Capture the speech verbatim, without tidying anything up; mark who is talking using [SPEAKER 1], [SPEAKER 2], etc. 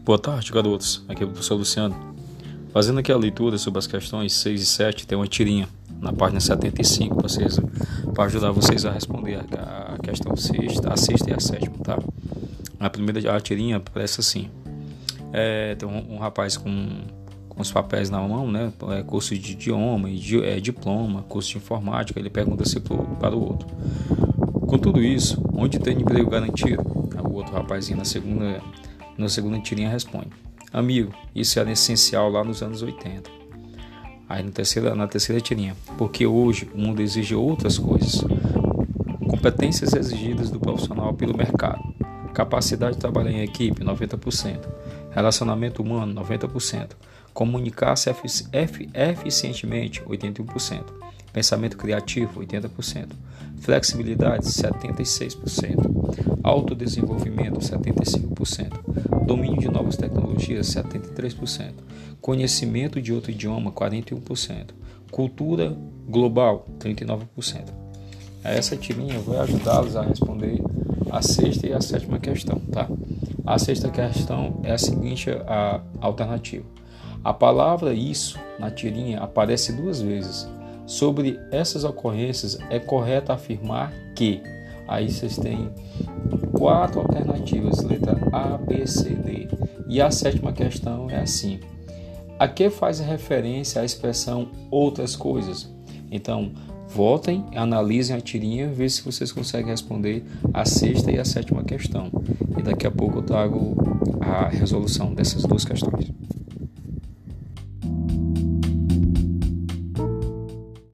[SPEAKER 1] Boa tarde, garotos. Aqui é o professor Luciano. Fazendo aqui a leitura sobre as questões seis e sete, tem uma tirinha na página setenta e cinco para vocês, para ajudar vocês a responder a, a questão sexta, a sexta e a sétima, tá? A primeira a tirinha parece assim. É, tem um, um rapaz com, com os papéis na mão, né? É, curso de idioma, idi, é, diploma, curso de informática. Ele pergunta assim pro, para o outro: com tudo isso, onde tem emprego garantido? O outro rapazinho na segunda Na segunda tirinha responde: amigo, isso era essencial lá nos anos oitenta. Aí na terceira, na terceira tirinha: porque hoje o mundo exige outras coisas. Competências exigidas do profissional pelo mercado. Capacidade de trabalhar em equipe, noventa por cento. Relacionamento humano, noventa por cento. Comunicar-se efici- efi- eficientemente, oitenta e um por cento. Pensamento criativo, oitenta por cento. Flexibilidade, setenta e seis por cento. Autodesenvolvimento, setenta e cinco por cento. Domínio de novas tecnologias, setenta e três por cento. Conhecimento de outro idioma, quarenta e um por cento. Cultura global, trinta e nove por cento. Essa tirinha vai ajudá-los a responder a sexta e a sétima questão, tá? A sexta questão é a seguinte a alternativa. A palavra isso na tirinha aparece duas vezes. Sobre essas ocorrências, é correto afirmar que... Aí vocês têm quatro alternativas, letra A, B, C, D. E a sétima questão é assim: a que faz referência a expressão outras coisas? Então, voltem, analisem a tirinha, vejam se vocês conseguem responder a sexta e a sétima questão. E daqui a pouco eu trago a resolução dessas duas questões.